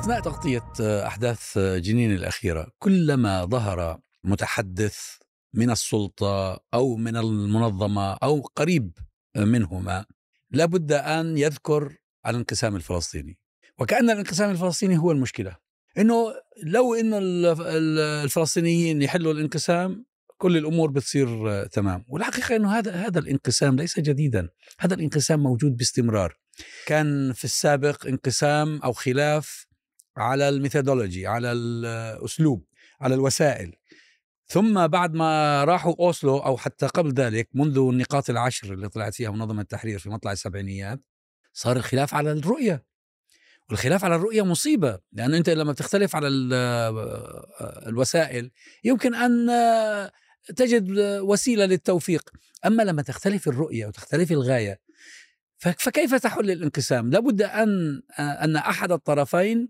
أثناء تغطية أحداث جنين الأخيرة كلما ظهر متحدث من السلطة أو من المنظمة أو قريب منهما لابد أن يذكر الانقسام الفلسطيني، وكأن الانقسام الفلسطيني هو المشكلة. إنه لو إنه الفلسطينيين يحلوا الانقسام كل الأمور بتصير تمام. والحقيقة إنه هذا الانقسام ليس جديدا، هذا الانقسام موجود باستمرار. كان في السابق انقسام أو خلاف على الميثودولوجي، على الأسلوب، على الوسائل. ثم بعد ما راحوا أوسلو أو حتى قبل ذلك منذ النقاط العشر اللي طلعت فيها منظمة التحرير في مطلع السبعينيات صار الخلاف على الرؤية. والخلاف على الرؤية مصيبة، لأنه أنت لما بتختلف على الوسائل يمكن أن تجد وسيلة للتوفيق، أما لما تختلف الرؤية وتختلف الغاية فكيف تحل الانقسام؟ لابد أن أحد الطرفين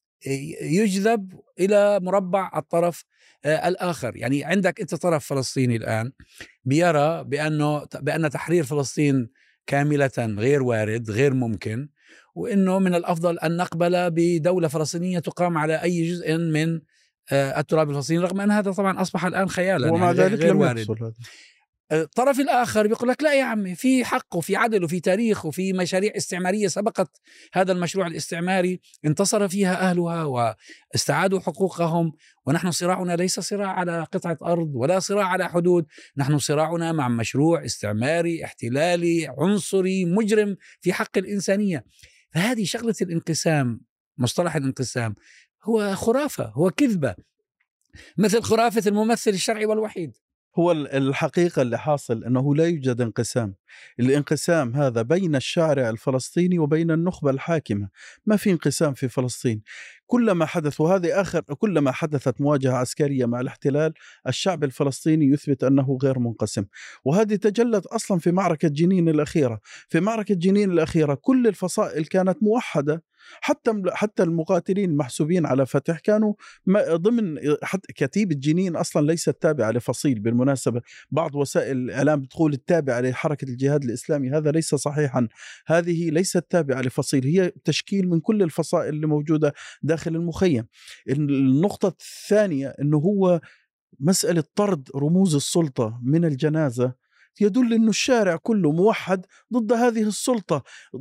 يجذب إلى مربع الطرف الآخر. يعني عندك أنت طرف فلسطيني الآن بيرى بأن تحرير فلسطين كاملة غير وارد، غير ممكن، وإنه من الأفضل أن نقبل بدولة فلسطينية تقام على أي جزء من التراب الفلسطيني، رغم أن هذا طبعا أصبح الآن خيالا ومع يعني ذلك غير لم وارد. يحصل هذا. الطرف الآخر بيقول لك لا يا عمي، في حق وفي عدل وفي تاريخ وفي مشاريع استعمارية سبقت هذا المشروع الاستعماري انتصر فيها أهلها واستعادوا حقوقهم، ونحن صراعنا ليس صراع على قطعة أرض ولا صراع على حدود، نحن صراعنا مع مشروع استعماري احتلالي عنصري مجرم في حق الإنسانية. فهذه شغلة الانقسام، مصطلح الانقسام هو خرافة، هو كذبة، مثل خرافة الممثل الشرعي والوحيد. هو الحقيقة اللي حاصل أنه لا يوجد انقسام. الانقسام هذا بين الشارع الفلسطيني وبين النخبة الحاكمة، ما في انقسام في فلسطين. كلما حدث، كلما حدثت مواجهة عسكرية مع الاحتلال الشعب الفلسطيني يثبت أنه غير منقسم، وهذه تجلت أصلا في معركة جنين الأخيرة. في معركة جنين الأخيرة كل الفصائل كانت موحدة، حتى المقاتلين المحسوبين على فتح كانوا ضمن حتى كتيبة جنين أصلا ليست تابعة لفصيل. بالمناسبة بعض وسائل الإعلام بتقول التابعة لحركة الجهاد الإسلامي، هذا ليس صحيحا. هذه ليست تابعة لفصيل، هي تشكيل من كل الفصائل اللي موجودة داخل المخيم. النقطة الثانية أنه هو مسألة طرد رموز السلطة من الجنازة يدل أن الشارع كله موحد ضد هذه السلطة،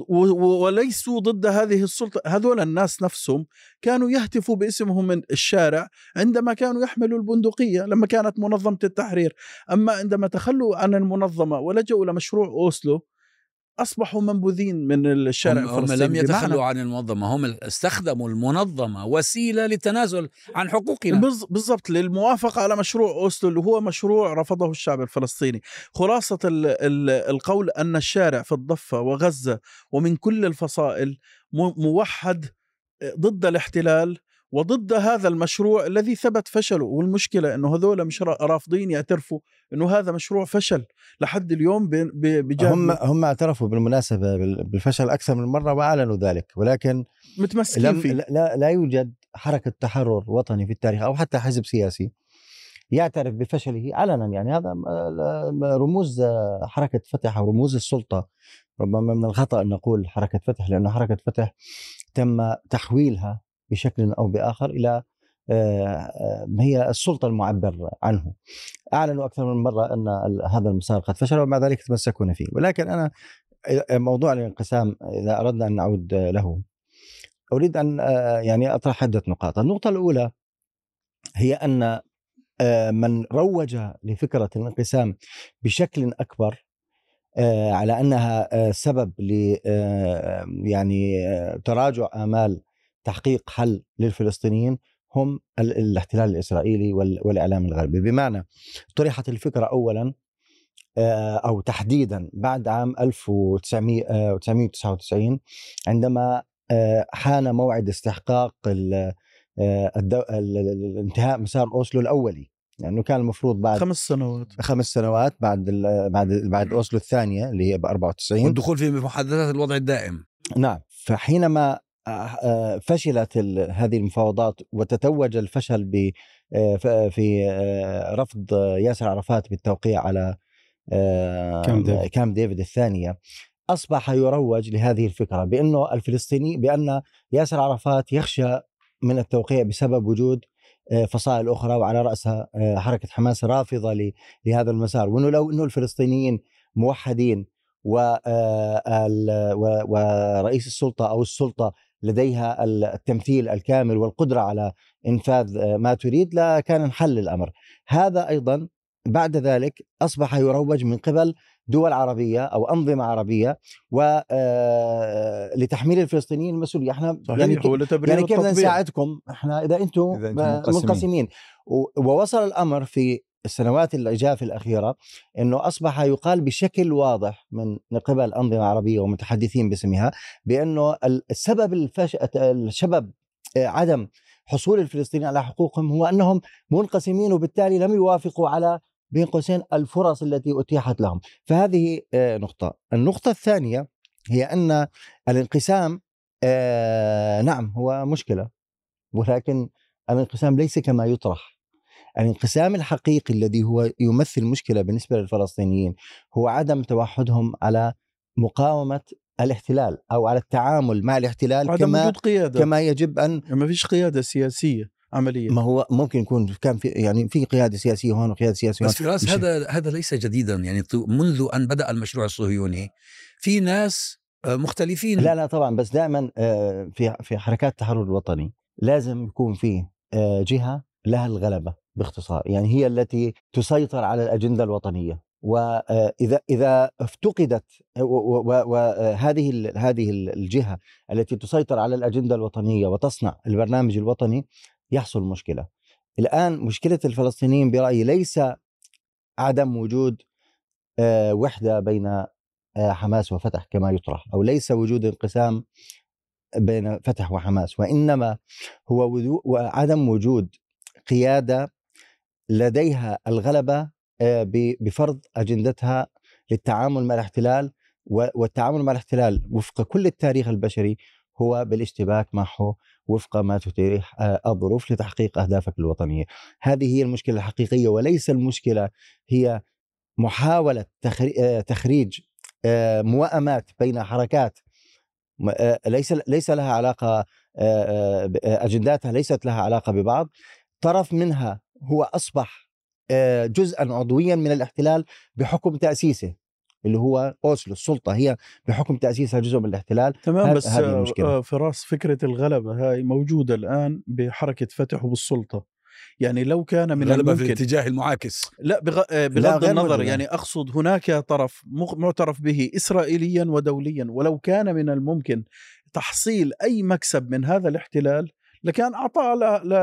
وليسوا ضد هذه السلطة. هذول الناس نفسهم كانوا يهتفوا باسمهم من الشارع عندما كانوا يحملوا البندقية لما كانت منظمة التحرير. أما عندما تخلوا عن المنظمة ولجأوا لمشروع أوسلو أصبحوا منبوذين من الشارع الفلسطيني. هم لم يتخلوا عن المنظمة، هم استخدموا المنظمة وسيلة للتنازل عن حقوقنا. بالضبط، للموافقة على مشروع أوسلو اللي هو مشروع رفضه الشعب الفلسطيني. خلاصة القول أن الشارع في الضفة وغزة ومن كل الفصائل موحد ضد الاحتلال وضد هذا المشروع الذي ثبت فشله. والمشكلة أنه هذول مش رافضين يعترفوا أنه هذا مشروع فشل لحد اليوم. هم اعترفوا بالمناسبة بالفشل أكثر من مرة وأعلنوا ذلك، ولكن متمسكين فيه. لا يوجد حركة تحرر وطني في التاريخ أو حتى حزب سياسي يعترف بفشله علنا. يعني هذا رموز حركة فتح أو رموز السلطة. ربما من الخطأ أن نقول حركة فتح، لأن حركة فتح تم تحويلها بشكل أو بآخر إلى هي السلطة المعبر عنه. أعلنوا أكثر من مرة أن هذا المسار قد فشل ومع ذلك تمسكون فيه. ولكن أنا موضوع الانقسام إذا أردنا أن نعود له أريد أن يعني أطرح عدة نقاط. النقطة الأولى هي أن من روج لفكرة الانقسام بشكل أكبر على أنها سبب ل يعني تراجع آمال تحقيق حل للفلسطينيين هم الاحتلال الإسرائيلي والإعلام الغربي. بمعنى طرحت الفكرة أولا أو تحديدا بعد عام 1999 عندما حان موعد استحقاق الانتهاء مسار أوسلو الأولي، لأنه يعني كان المفروض بعد 5 سنوات بعد أوسلو الثانية اللي هي ب94 والدخول في محادثات الوضع الدائم. نعم. فحينما فشلت هذه المفاوضات وتتوج الفشل في رفض ياسر عرفات بالتوقيع على كامب ديفيد الثانية، أصبح يروج لهذه الفكرة بأن ياسر عرفات يخشى من التوقيع بسبب وجود فصائل أخرى وعلى رأسها حركة حماس رافضة لهذا المسار، وأنه لو أنه الفلسطينيين موحدين ورئيس السلطة أو السلطة لديها التمثيل الكامل والقدرة على إنفاذ ما تريد لكان انحل الأمر. هذا أيضا بعد ذلك أصبح يروج من قبل دول عربية أو أنظمة عربية لتحميل الفلسطينيين المسؤولية. احنا يعني كيف نساعدكم احنا إذا أنتم منقسمين. ووصل الأمر في السنوات الإجافة الأخيرة أنه أصبح يقال بشكل واضح من قبل أنظمة عربية ومتحدثين باسمها بأنه السبب عدم حصول الفلسطينيين على حقوقهم هو أنهم منقسمين وبالتالي لم يوافقوا على بين قوسين الفرص التي أتيحت لهم. فهذه نقطة. النقطة الثانية هي أن الانقسام نعم هو مشكلة، ولكن الانقسام ليس كما يطرح. الانقسام الحقيقي الذي هو يمثل مشكلة بالنسبة للفلسطينيين هو عدم توحدهم على مقاومة الاحتلال أو على التعامل مع الاحتلال كما يجب أن ما فيش قيادة سياسية عملية. ما هو ممكن يكون كان في يعني في قيادة سياسية هون وقيادة سياسية هون، بس فراس هذا ليس جديدا، يعني منذ أن بدأ المشروع الصهيوني في ناس مختلفين. لا طبعا، بس دائما في حركات التحرر الوطني لازم يكون فيه جهة لها الغلبة باختصار، يعني هي التي تسيطر على الأجندة الوطنية. وإذا افتقدت هذه الجهة التي تسيطر على الأجندة الوطنية وتصنع البرنامج الوطني يحصل مشكلة. الآن مشكلة الفلسطينيين برأيي ليس عدم وجود وحدة بين حماس وفتح كما يطرح، أو ليس وجود انقسام بين فتح وحماس، وإنما هو عدم وجود قيادة لديها الغلبة بفرض أجندتها للتعامل مع الاحتلال. والتعامل مع الاحتلال وفق كل التاريخ البشري هو بالاشتباك معه وفق ما تتيح الظروف لتحقيق أهدافك الوطنية. هذه هي المشكلة الحقيقية، وليس المشكلة هي محاولة تخريج موائمات بين حركات ليس لها علاقة، أجنداتها ليست لها علاقة ببعض. طرف منها هو أصبح جزءا عضويا من الاحتلال بحكم تأسيسه اللي هو أوسلو. السلطة هي بحكم تأسيسها جزء من الاحتلال. تمام، بس فراس فكرة الغلبة هاي موجودة الآن بحركة فتح وبالسلطة. يعني لو كان من الممكن في الاتجاه المعاكس، لا بغض النظر، يعني أقصد هناك طرف معترف به إسرائيليا ودوليا، ولو كان من الممكن تحصيل أي مكسب من هذا الاحتلال لكان أعطى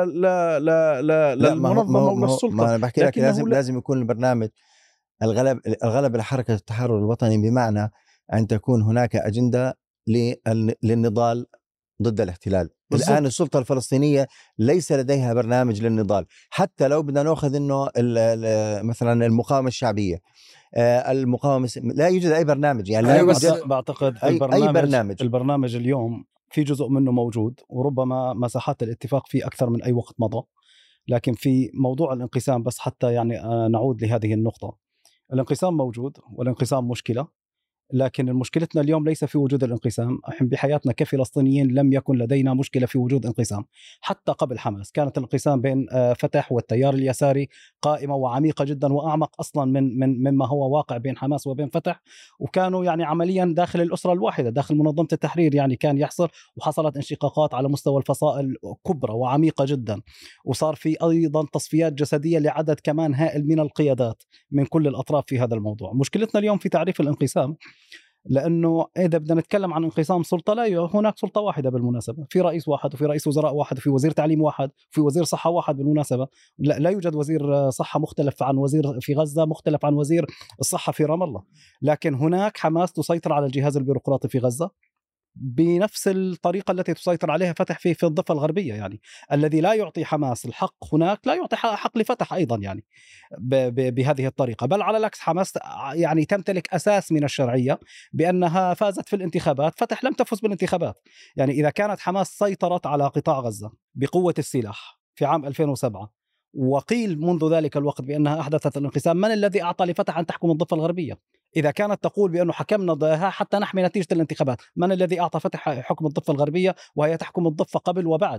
للمنظمة وللسلطة. ما أنا بحكي لك لازم يكون البرنامج الغلب لحركة التحرر الوطني، بمعنى أن تكون هناك أجندة للنضال ضد الاحتلال. بالزبط. الآن السلطة الفلسطينية ليس لديها برنامج للنضال، حتى لو بدنا نأخذ إنه مثلا المقاومة الشعبية، المقاومة لا يوجد أي برنامج. يعني لا يوجد بعتقد أي برنامج. البرنامج اليوم في جزء منه موجود، وربما مساحات الاتفاق فيه أكثر من أي وقت مضى. لكن في موضوع الانقسام، بس حتى يعني نعود لهذه النقطة، الانقسام موجود والانقسام مشكلة، لكن مشكلتنا اليوم ليس في وجود الانقسام. احنا بحياتنا كفلسطينيين لم يكن لدينا مشكلة في وجود انقسام. حتى قبل حماس كانت الانقسام بين فتح والتيار اليساري قائمة وعميقة جدا، وأعمق أصلا مما هو واقع بين حماس وبين فتح. وكانوا يعني عمليا داخل الأسرة الواحدة، داخل منظمة التحرير يعني كان يحصل، وحصلت انشقاقات على مستوى الفصائل كبرى وعميقة جدا. وصار في أيضا تصفيات جسدية لعدد كمان هائل من القيادات من كل الأطراف في هذا الموضوع. مشكلتنا اليوم في تعريف الانقسام، لأنه إذا بدنا نتكلم عن انقسام سلطة، لا هناك سلطة واحدة بالمناسبة، في رئيس واحد وفي رئيس وزراء واحد وفي وزير تعليم واحد وفي وزير صحة واحد بالمناسبة. لا يوجد وزير صحة مختلف عن وزير في غزة مختلف عن وزير الصحة في رام الله. لكن هناك حماس تسيطر على الجهاز البيروقراطي في غزة بنفس الطريقة التي تسيطر عليها فتح في الضفة الغربية. يعني الذي لا يعطي حماس الحق هناك لا يعطي حق لفتح أيضا، يعني بهذه الطريقة. بل على العكس، حماس يعني تمتلك أساس من الشرعية بأنها فازت في الانتخابات، فتح لم تفز بالانتخابات. يعني إذا كانت حماس سيطرت على قطاع غزة بقوة السلاح في عام 2007 وقيل منذ ذلك الوقت بأنها أحدثت الانقسام، من الذي أعطى لفتح أن تحكم الضفة الغربية؟ إذا كانت تقول بأنه حكمنا ضدها حتى نحمي نتيجة الانتخابات، من الذي أعطى فتح حكم الضفة الغربية وهي تحكم الضفة قبل وبعد؟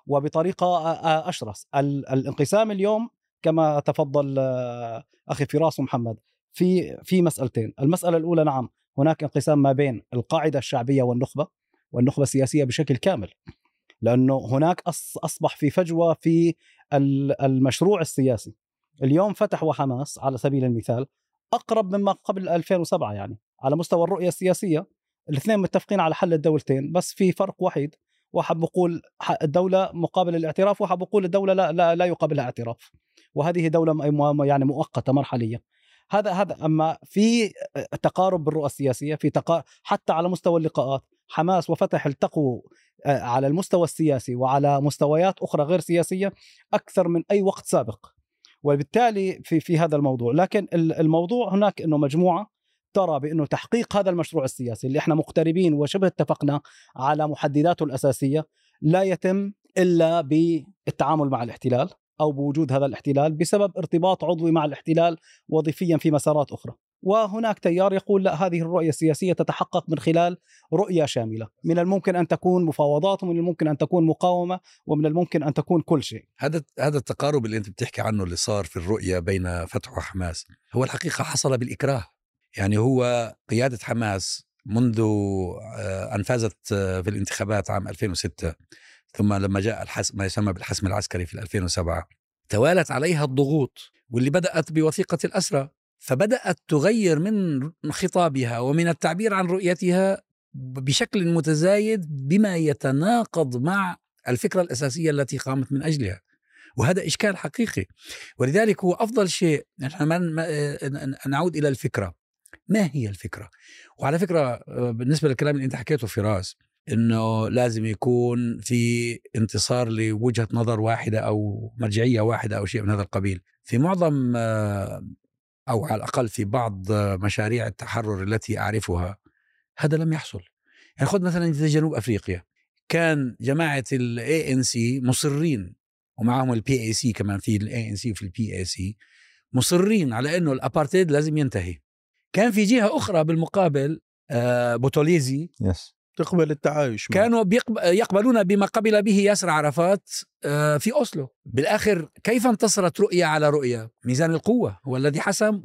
وبطريقة أشرس. الانقسام اليوم كما تفضل أخي فراس ومحمد في مسألتين. المسألة الأولى نعم هناك انقسام ما بين القاعدة الشعبية والنخبة السياسية بشكل كامل، لأنه هناك أصبح في فجوة في المشروع السياسي. اليوم فتح وحماس على سبيل المثال أقرب مما قبل 2007، يعني على مستوى الرؤية السياسية الاثنين متفقين على حل الدولتين، بس في فرق وحيد، واحد بقول الدولة مقابل الاعتراف، واحد بقول الدولة لا يقابلها اعتراف، وهذه دولة يعني مؤقتة مرحلية. هذا أما في تقارب بالرؤى السياسية، في حتى على مستوى اللقاءات حماس وفتح التقوا على المستوى السياسي وعلى مستويات أخرى غير سياسية أكثر من أي وقت سابق. وبالتالي في هذا الموضوع، لكن الموضوع هناك أنه مجموعة ترى بأنه تحقيق هذا المشروع السياسي اللي احنا مقتربين وشبه اتفقنا على محدداته الأساسية لا يتم إلا بالتعامل مع الاحتلال أو بوجود هذا الاحتلال بسبب ارتباط عضوي مع الاحتلال وظيفيا في مسارات أخرى. وهناك تيار يقول لا، هذه الرؤية السياسية تتحقق من خلال رؤية شاملة، من الممكن أن تكون مفاوضات، ومن الممكن أن تكون مقاومة، ومن الممكن أن تكون كل شيء. هذا التقارب اللي أنت بتحكي عنه اللي صار في الرؤية بين فتح وحماس هو الحقيقة حصل بالإكراه. يعني هو قيادة حماس منذ أن فازت في الانتخابات عام 2006، ثم لما جاء ما يسمى بالحسم العسكري في 2007، توالت عليها الضغوط، واللي بدأت بوثيقة الأسرى، فبدأت تغير من خطابها ومن التعبير عن رؤيتها بشكل متزايد بما يتناقض مع الفكرة الأساسية التي قامت من أجلها. وهذا إشكال حقيقي. ولذلك هو أفضل شيء نحن نعود إلى الفكرة. ما هي الفكرة؟ وعلى فكرة بالنسبة للكلام اللي أنت حكيته فراس، إنه لازم يكون في انتصار لوجهة نظر واحدة أو مرجعية واحدة أو شيء من هذا القبيل، في معظم أو على الأقل في بعض مشاريع التحرر التي أعرفها هذا لم يحصل. يعني خذ مثلا في جنوب أفريقيا، كان جماعة ال ANC مصرين، ومعهم ال PAC كمان، في ال ANC وفي ال PAC مصرين على أنه الأبارتيد لازم ينتهي. كان في جهة أخرى بالمقابل بوتوليزي تقبل التعايش، كانوا يقبلون بما قبل به ياسر عرفات في أوسلو. بالآخر كيف انتصرت رؤية على رؤية؟ ميزان القوة هو الذي حسم،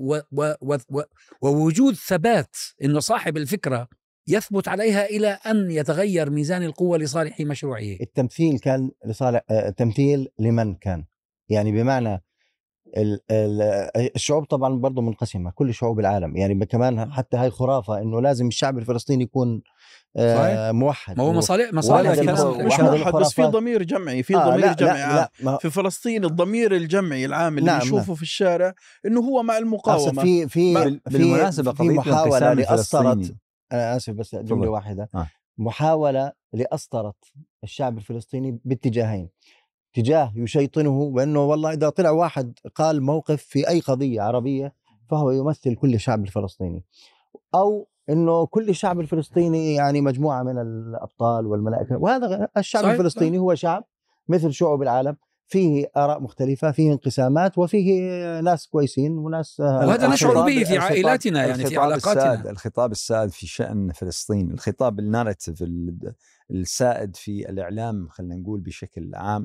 ووجود ثبات إنه صاحب الفكرة يثبت عليها إلى أن يتغير ميزان القوة لصالح مشروعه. التمثيل كان لصالح تمثيل لمن كان، يعني بمعنى الشعوب طبعا برضو منقسمة، كل شعوب العالم، يعني كمان حتى هاي خرافة إنه لازم الشعب الفلسطيني يكون موحد. ما هو مصالح مش موحد، بس في ضمير جمعي، في ضمير جمعي في فلسطين. الضمير الجمعي العام اللي نشوفه في الشارع إنه هو مع المقاومة. بالمناسبة في محاولة لأسطرت، أنا آسف بس جملة واحدة، محاولة لأسطرت الشعب الفلسطيني باتجاهين: اتجاه يشيطنه بأنه والله إذا طلع واحد قال موقف في أي قضية عربية فهو يمثل كل الشعب الفلسطيني، أو إنه كل الشعب الفلسطيني يعني مجموعة من الأبطال والملائكة. وهذا الشعب صحيح. الفلسطيني هو شعب مثل شعوب العالم، فيه آراء مختلفة، فيه انقسامات، وفيه ناس كويسين وناس، وهذا نشعر به في عائلاتنا، يعني في علاقاتنا. الخطاب السائد في شأن فلسطين، الخطاب الناريتيف السائد في الإعلام، خلينا نقول بشكل عام،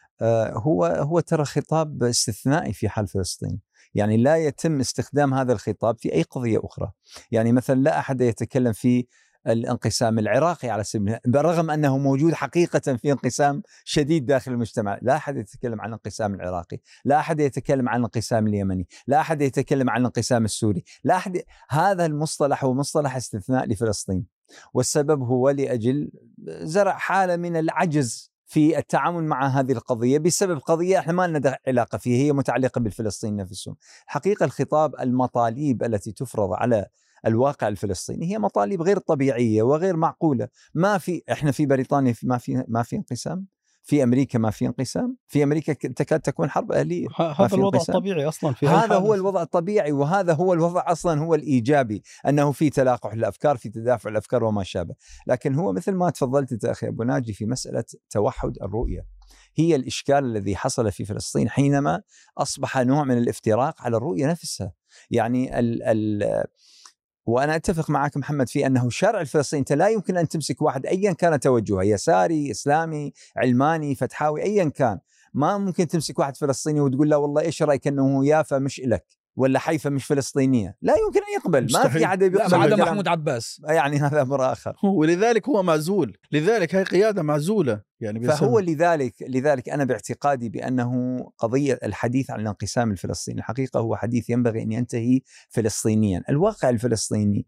هو ترى خطاب استثنائي في حال فلسطين. يعني لا يتم استخدام هذا الخطاب في أي قضية أخرى. يعني مثلا لا أحد يتكلم في الانقسام العراقي على سبيل المثال، بالرغم أنه موجود حقيقة في انقسام شديد داخل المجتمع. لا أحد يتكلم عن الانقسام العراقي، لا أحد يتكلم عن الانقسام اليمني، لا أحد يتكلم عن الانقسام السوري، لا أحد. هذا المصطلح هو مصطلح استثناء لفلسطين، والسبب هو لأجل زرع حالة من العجز في التعامل مع هذه القضية بسبب قضية احنا ما لنا علاقة فيها، هي متعلقة بالفلسطينيين نفسهم. حقيقة الخطاب، المطالب التي تفرض على الواقع الفلسطيني هي مطالب غير طبيعية وغير معقولة. احنا في بريطانيا ما في انقسام، في أمريكا ما في انقسام، في أمريكا تكاد تكون حرب أهلية. هذا الوضع الطبيعي أصلا في هذا هو الوضع الطبيعي، وهذا هو الوضع أصلا هو الإيجابي، أنه في تلاقح الأفكار، في تدافع الأفكار وما شابه. لكن هو مثل ما تفضلت أخي أبو ناجي في مسألة توحد الرؤية، هي الإشكال الذي حصل في فلسطين حينما أصبح نوع من الافتراق على الرؤية نفسها. يعني وأنا أتفق معك محمد في أنه الشارع الفلسطيني أنت لا يمكن أن تمسك واحد أيا كان توجهه، يساري إسلامي علماني فتحاوي أيا كان، ما ممكن تمسك واحد فلسطيني وتقول له والله إيش رأيك أنه يافا مش إلك ولا حيفا مش فلسطينية، لا يمكن أن يقبل. مستحيل. ما في أحد يقبل. ما عدا محمود عباس، يعني هذا أمر آخر. ولذلك هو معزول، لذلك هي قيادة معزولة يعني. فهو لذلك أنا باعتقادي بأنه قضية الحديث عن الانقسام الفلسطيني الحقيقة هو حديث ينبغي أن ينتهي فلسطينيا. الواقع الفلسطيني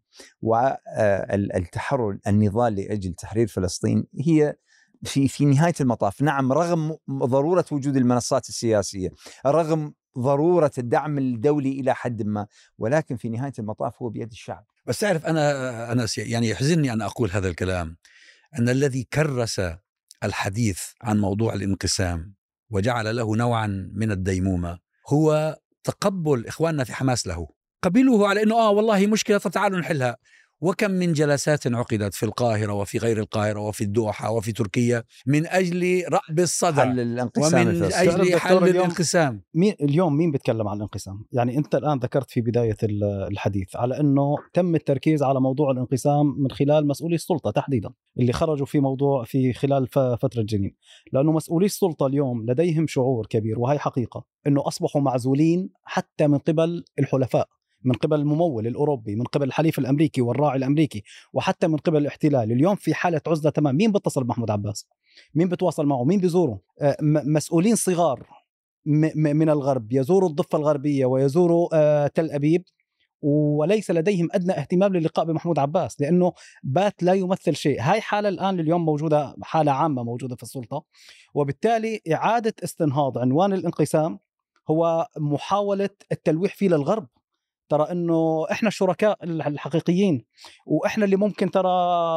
والتحرر النضال لأجل تحرير فلسطين هي في نهاية المطاف، نعم، رغم ضرورة وجود المنصات السياسية، رغم ضرورة الدعم الدولي إلى حد ما، ولكن في نهاية المطاف هو بيد الشعب. بس تعرف أنا يعني يحزنني أن أقول هذا الكلام، أن الذي كرس الحديث عن موضوع الانقسام وجعل له نوعا من الديمومة هو تقبل إخواننا في حماس له، قبلوه على أنه والله مشكلة فتعالوا نحلها. وكم من جلسات عقدت في القاهرة وفي غير القاهرة وفي الدوحة وفي تركيا من أجل رأب الصدع ومن أجل حل الانقسام. اليوم مين بيتكلم عن الانقسام؟ يعني أنت الآن ذكرت في بداية الحديث على أنه تم التركيز على موضوع الانقسام من خلال مسؤولي السلطة تحديدا اللي خرجوا في خلال فترة جنين، لأنه مسؤولي السلطة اليوم لديهم شعور كبير، وهي حقيقة، أنه أصبحوا معزولين حتى من قبل الحلفاء، من قبل الممول الأوروبي، من قبل الحليف الأمريكي والراعي الأمريكي، وحتى من قبل الاحتلال. اليوم في حالة عزلة تمام. مين بتصل بمحمود عباس؟ مين بتواصل معه؟ مين بيزوره؟ مسؤولين صغار من الغرب يزوروا الضفة الغربية ويزوروا تل أبيب، وليس لديهم أدنى اهتمام للقاء بمحمود عباس، لأنه بات لا يمثل شيء. هاي حالة الآن اليوم موجودة، حالة عامة موجودة في السلطة، وبالتالي إعادة استنهاض عنوان الانقسام هو محاولة التلويح فيه للغرب. ترى انه احنا الشركاء الحقيقيين، واحنا اللي ممكن ترى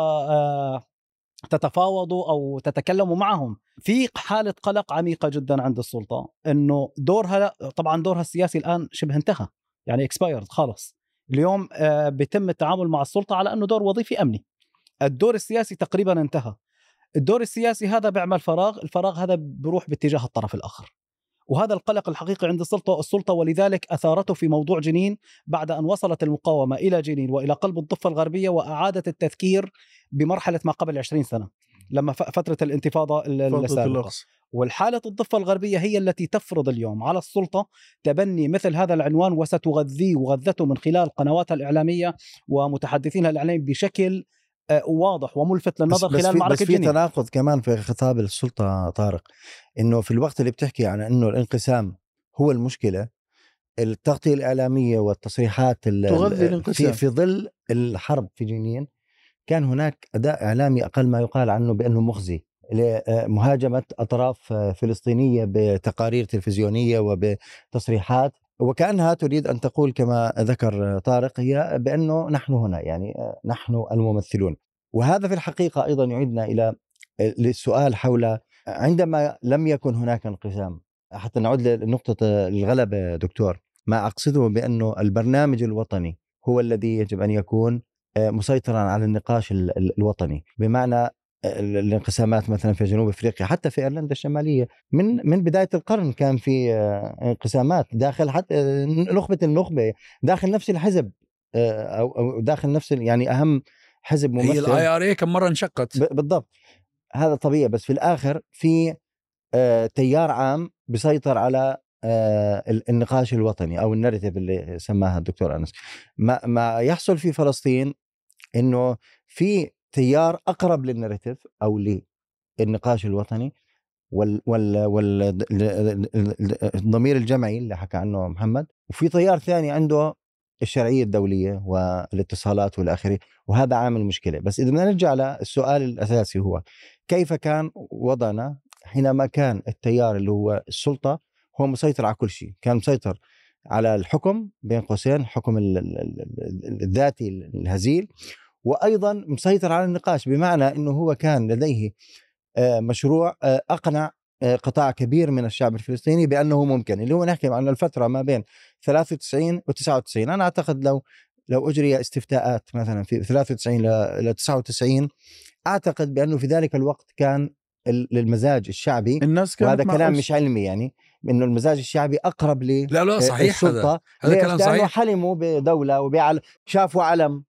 تتفاوضوا او تتكلموا معهم. في حالة قلق عميقة جدا عند السلطة، انه دورها طبعا دورها السياسي الان شبه انتهى، يعني expired خالص. اليوم بيتم التعامل مع السلطة على انه دور وظيفي امني. الدور السياسي تقريبا انتهى. الدور السياسي هذا بيعمل فراغ، الفراغ هذا بيروح باتجاه الطرف الاخر، وهذا القلق الحقيقي عند السلطة، ولذلك أثارته في موضوع جنين بعد أن وصلت المقاومة إلى جنين وإلى قلب الضفة الغربية، وأعادت التذكير بمرحلة ما قبل 20 سنة لما فترة الانتفاضة السابقة. والحالة الضفة الغربية هي التي تفرض اليوم على السلطة تبني مثل هذا العنوان، وستغذيه وغذته من خلال قنواتها الإعلامية ومتحدثينها الإعلاميين بشكل واضح وملفت للنظر خلال معركة جنين. بس في تناقض كمان في خطاب السلطة طارق، إنه في الوقت اللي بتحكي عن إنه الانقسام هو المشكلة، التغطية الإعلامية والتصريحات تغذي الانقسام. في ظل الحرب في جنين كان هناك أداء إعلامي أقل ما يقال عنه بأنه مخزي لمهاجمة أطراف فلسطينية بتقارير تلفزيونية وبتصريحات، وكأنها تريد أن تقول كما ذكر طارق هي بأنه نحن هنا، يعني نحن الممثلون. وهذا في الحقيقة أيضا يعيدنا إلى السؤال حول عندما لم يكن هناك انقسام، حتى نعود لنقطة الغلبة دكتور، ما أقصده بأنه البرنامج الوطني هو الذي يجب أن يكون مسيطرا على النقاش الوطني، بمعنى الانقسامات مثلا في جنوب أفريقيا، حتى في أيرلندا الشمالية من بداية القرن كان في انقسامات داخل حتى نخبة النخبة داخل نفس الحزب أو داخل نفس يعني أهم حزب ممثل. هي الIRA كم مرة انشقت بالضبط، هذا طبيعي. بس في الآخر في تيار عام بيسيطر على النقاش الوطني أو الناريتيف اللي سماها الدكتور أنس. ما يحصل في فلسطين إنه في تيار أقرب للناريتيف أو للنقاش الوطني والضمير الجمعي اللي حكى عنه محمد، وفي تيار ثاني عنده الشرعية الدولية والاتصالات والآخرين، وهذا عامل مشكلة. بس إذا بدنا نرجع للسؤال الأساسي هو كيف كان وضعنا حينما كان التيار اللي هو السلطة هو مسيطر على كل شيء، كان مسيطر على الحكم بين قوسين، الحكم الذاتي الهزيل، وأيضا مسيطر على النقاش، بمعنى أنه هو كان لديه مشروع أقنع قطاع كبير من الشعب الفلسطيني بأنه ممكن، اللي هو نحكي عن الفترة ما بين 93 و 99. أنا أعتقد لو أجري استفتاءات مثلا في 93 ل 99 أعتقد بأنه في ذلك الوقت كان للمزاج الشعبي، وهذا كلام مش علمي، يعني إنه المزاج الشعبي أقرب لا صحيح، السلطة. هذا كلام صحيح. حلموا بدولة شافوا علم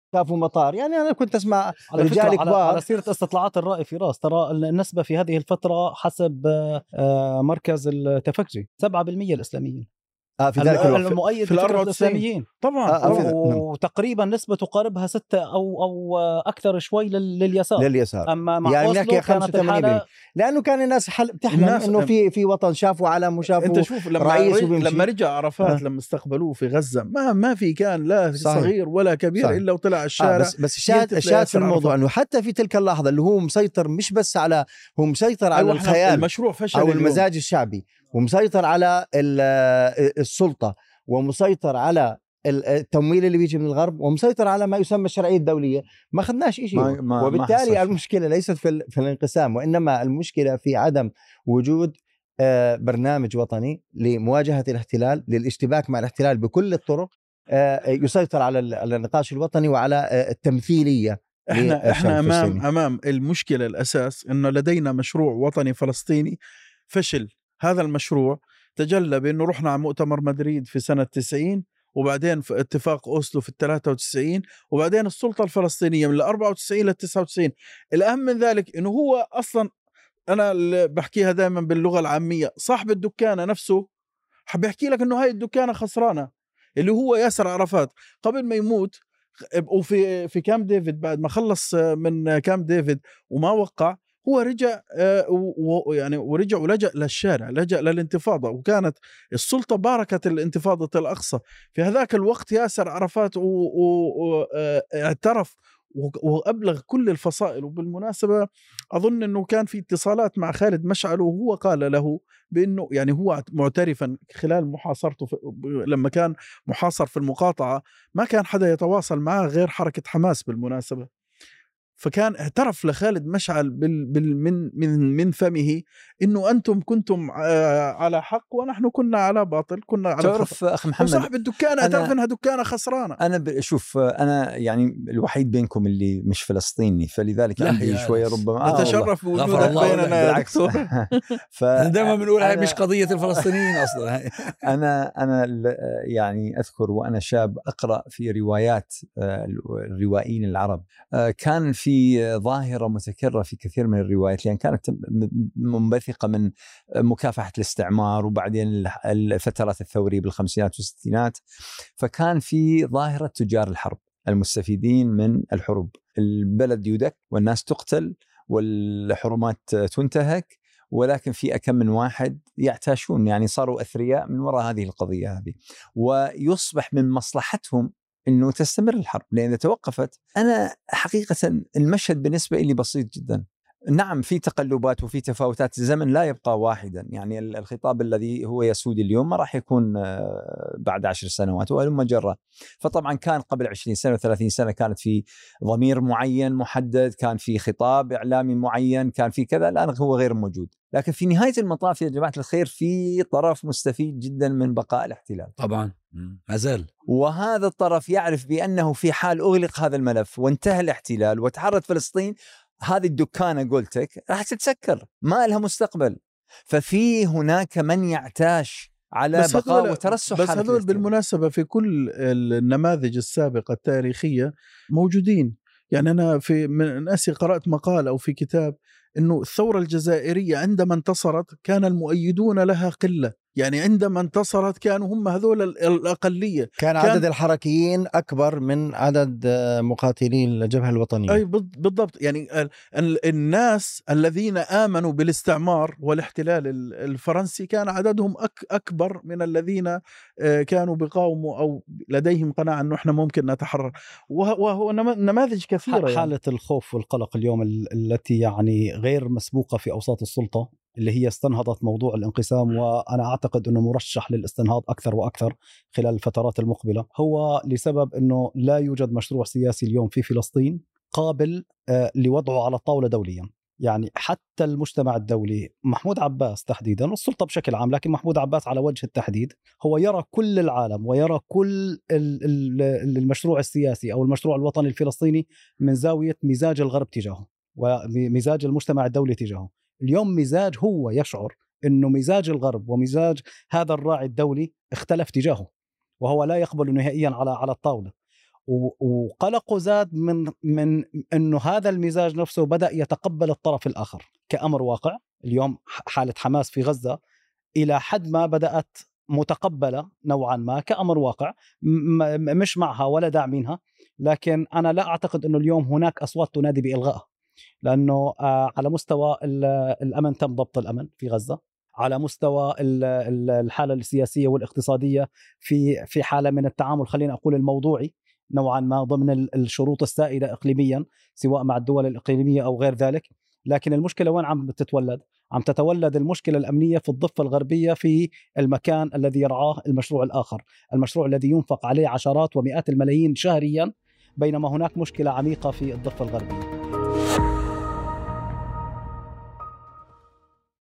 شافوا مطار. يعني أنا كنت أسمع على رجال فكرة كبار على سيرة استطلاعات الرأي فراس، ترى النسبة في هذه الفترة حسب مركز التفكري 7% الإسلاميين في ذلك الوقت المؤيد في ال 94 الإسلاميين طبعا. وتقريبا نسبة تقاربها 6 أو أكثر شوي لليسار. أما مع يعني أوسلو كانت الحالة، لأنه كان الناس بتحلم إنه في وطن، شافوا علم وشافوا. انت شوف لما رجع عرفات لما استقبلوه في غزة ما في كان لا صحيح. صغير ولا كبير صحيح. إلا وطلع الشارع. بس الشاهد في الموضوع انه حتى في تلك اللحظه اللي هو مسيطر مش بس على، هو مسيطر على الخيال، المشروع فشل او المزاج الشعبي، ومسيطر على السلطه، ومسيطر على التمويل اللي بيجي من الغرب، ومسيطر على ما يسمى الشرعيه الدوليه. ما خدناش شيء. وبالتالي المشكله ليست في الانقسام، وانما المشكله في عدم وجود برنامج وطني لمواجهه الاحتلال، للاشتباك مع الاحتلال بكل الطرق، يسيطر على النقاش الوطني وعلى التمثيليه. احنا امام المشكله الاساس انه لدينا مشروع وطني فلسطيني فشل. هذا المشروع تجلى بانه رحنا على مؤتمر مدريد في سنه 90، وبعدين في اتفاق اوسلو في 93، وبعدين السلطه الفلسطينيه من 94 ل 99. الاهم من ذلك انه هو اصلا، انا اللي بحكيها دائما باللغه العاميه، صاحب الدكانه نفسه حب يحكي لك انه هاي الدكانه خسرانه، اللي هو ياسر عرفات قبل ما يموت. وفي كامب ديفيد بعد ما خلص من كامب ديفيد وما وقع، هو رجع يعني ورجع ولجأ للشارع، لجأ للانتفاضة، وكانت السلطة باركت الانتفاضة الأقصى في هذاك الوقت. ياسر عرفات اعترف وأبلغ كل الفصائل. وبالمناسبة أظن أنه كان في اتصالات مع خالد مشعل، وهو قال له بأنه يعني هو معترفا خلال محاصرته لما كان محاصر في المقاطعة ما كان حدا يتواصل معه غير حركة حماس بالمناسبة. فكان اعترف لخالد مشعل من فمه انه انتم كنتم على حق ونحن كنا على باطل، كنا على تعرف اخ محمد، وصاحب الدكانه اعترف انها دكانه خسرانه. انا بشوف انا يعني الوحيد بينكم اللي مش فلسطيني، فلذلك عندي شويه ربما نتشرف بوجودك بيننا يا دكتور. دائما بنقول هاي مش قضيه الفلسطينيين اصلا. انا يعني اذكر وانا شاب اقرا في روايات الروائيين العرب، كان في ظاهرة متكررة في كثير من الروايات، لأن كانت منبثقة من مكافحة الاستعمار وبعدين الفترات الثورية بالخمسينات والستينات. فكان في ظاهرة تجار الحرب المستفيدين من الحروب، البلد يدك والناس تقتل والحرمات تنتهك، ولكن في أكم من واحد يعتاشون، يعني صاروا أثرياء من وراء هذه القضية هذه، ويصبح من مصلحتهم إنه تستمر الحرب، لأن إذا توقفت، أنا حقيقة المشهد بالنسبة لي بسيط جدا. نعم في تقلبات وفي تفاوتات، الزمن لا يبقى واحدا، يعني الخطاب الذي هو يسود اليوم ما راح يكون بعد 10 سنوات وهلم جرة. فطبعا كان قبل 20 سنة و30 سنة كانت في ضمير معين محدد، كان في خطاب إعلامي معين، كان في كذا، الآن هو غير موجود. لكن في نهاية المطاف يا جماعة الخير في طرف مستفيد جدا من بقاء الاحتلال طبعا ما زال، وهذا الطرف يعرف بأنه في حال أغلق هذا الملف وانتهى الاحتلال وتحررت فلسطين، هذه الدكانة قلتك راح تتسكر، ما لها مستقبل. ففي هناك من يعتاش على بقاء وترسخ. بس هذول بالمناسبة في كل النماذج السابقة التاريخية موجودين. يعني أنا من ناسي قرأت مقال أو في كتاب إنه الثورة الجزائرية عندما انتصرت كان المؤيدون لها قلة، يعني عندما انتصرت كانوا هم هذول الأقلية، كان عدد الحركيين أكبر من عدد مقاتلي الجبهة الوطنية. أي بالضبط. يعني الناس الذين آمنوا بالاستعمار والاحتلال الفرنسي كان عددهم أكبر من الذين كانوا بيقاوموا أو لديهم قناعة أنه إحنا ممكن نتحرر. وهو نماذج كثيرة. حالة يعني الخوف والقلق اليوم التي يعني غير مسبوقة في أوساط السلطة، اللي هي استنهضت موضوع الانقسام، وأنا أعتقد أنه مرشح للاستنهاض أكثر وأكثر خلال الفترات المقبلة، هو لسبب أنه لا يوجد مشروع سياسي اليوم في فلسطين قابل لوضعه على الطاولة دوليا. يعني حتى المجتمع الدولي، محمود عباس تحديدا والسلطة بشكل عام، لكن محمود عباس على وجه التحديد، هو يرى كل العالم ويرى كل المشروع السياسي أو المشروع الوطني الفلسطيني من زاوية مزاج الغرب تجاهه ومزاج المجتمع الدولي تجاهه. اليوم مزاج، هو يشعر أنه مزاج الغرب ومزاج هذا الراعي الدولي اختلف تجاهه، وهو لا يقبل نهائيا على الطاولة. وقلقه زاد من انه هذا المزاج نفسه بدأ يتقبل الطرف الآخر كأمر واقع. اليوم حالة حماس في غزة إلى حد ما بدأت متقبلة نوعا ما كأمر واقع، مش معها ولا داعمينها، لكن أنا لا أعتقد أنه اليوم هناك أصوات تنادي بإلغائها، لأنه على مستوى الأمن تم ضبط الأمن في غزة، على مستوى الحالة السياسية والاقتصادية في حالة من التعامل، خلينا أقول الموضوعي نوعا ما ضمن الشروط السائدة إقليميا سواء مع الدول الإقليمية أو غير ذلك. لكن المشكلة وين عم تتولد؟ عم تتولد المشكلة الأمنية في الضفة الغربية، في المكان الذي يرعاه المشروع الآخر، المشروع الذي ينفق عليه عشرات ومئات الملايين شهريا، بينما هناك مشكلة عميقة في الضفة الغربية.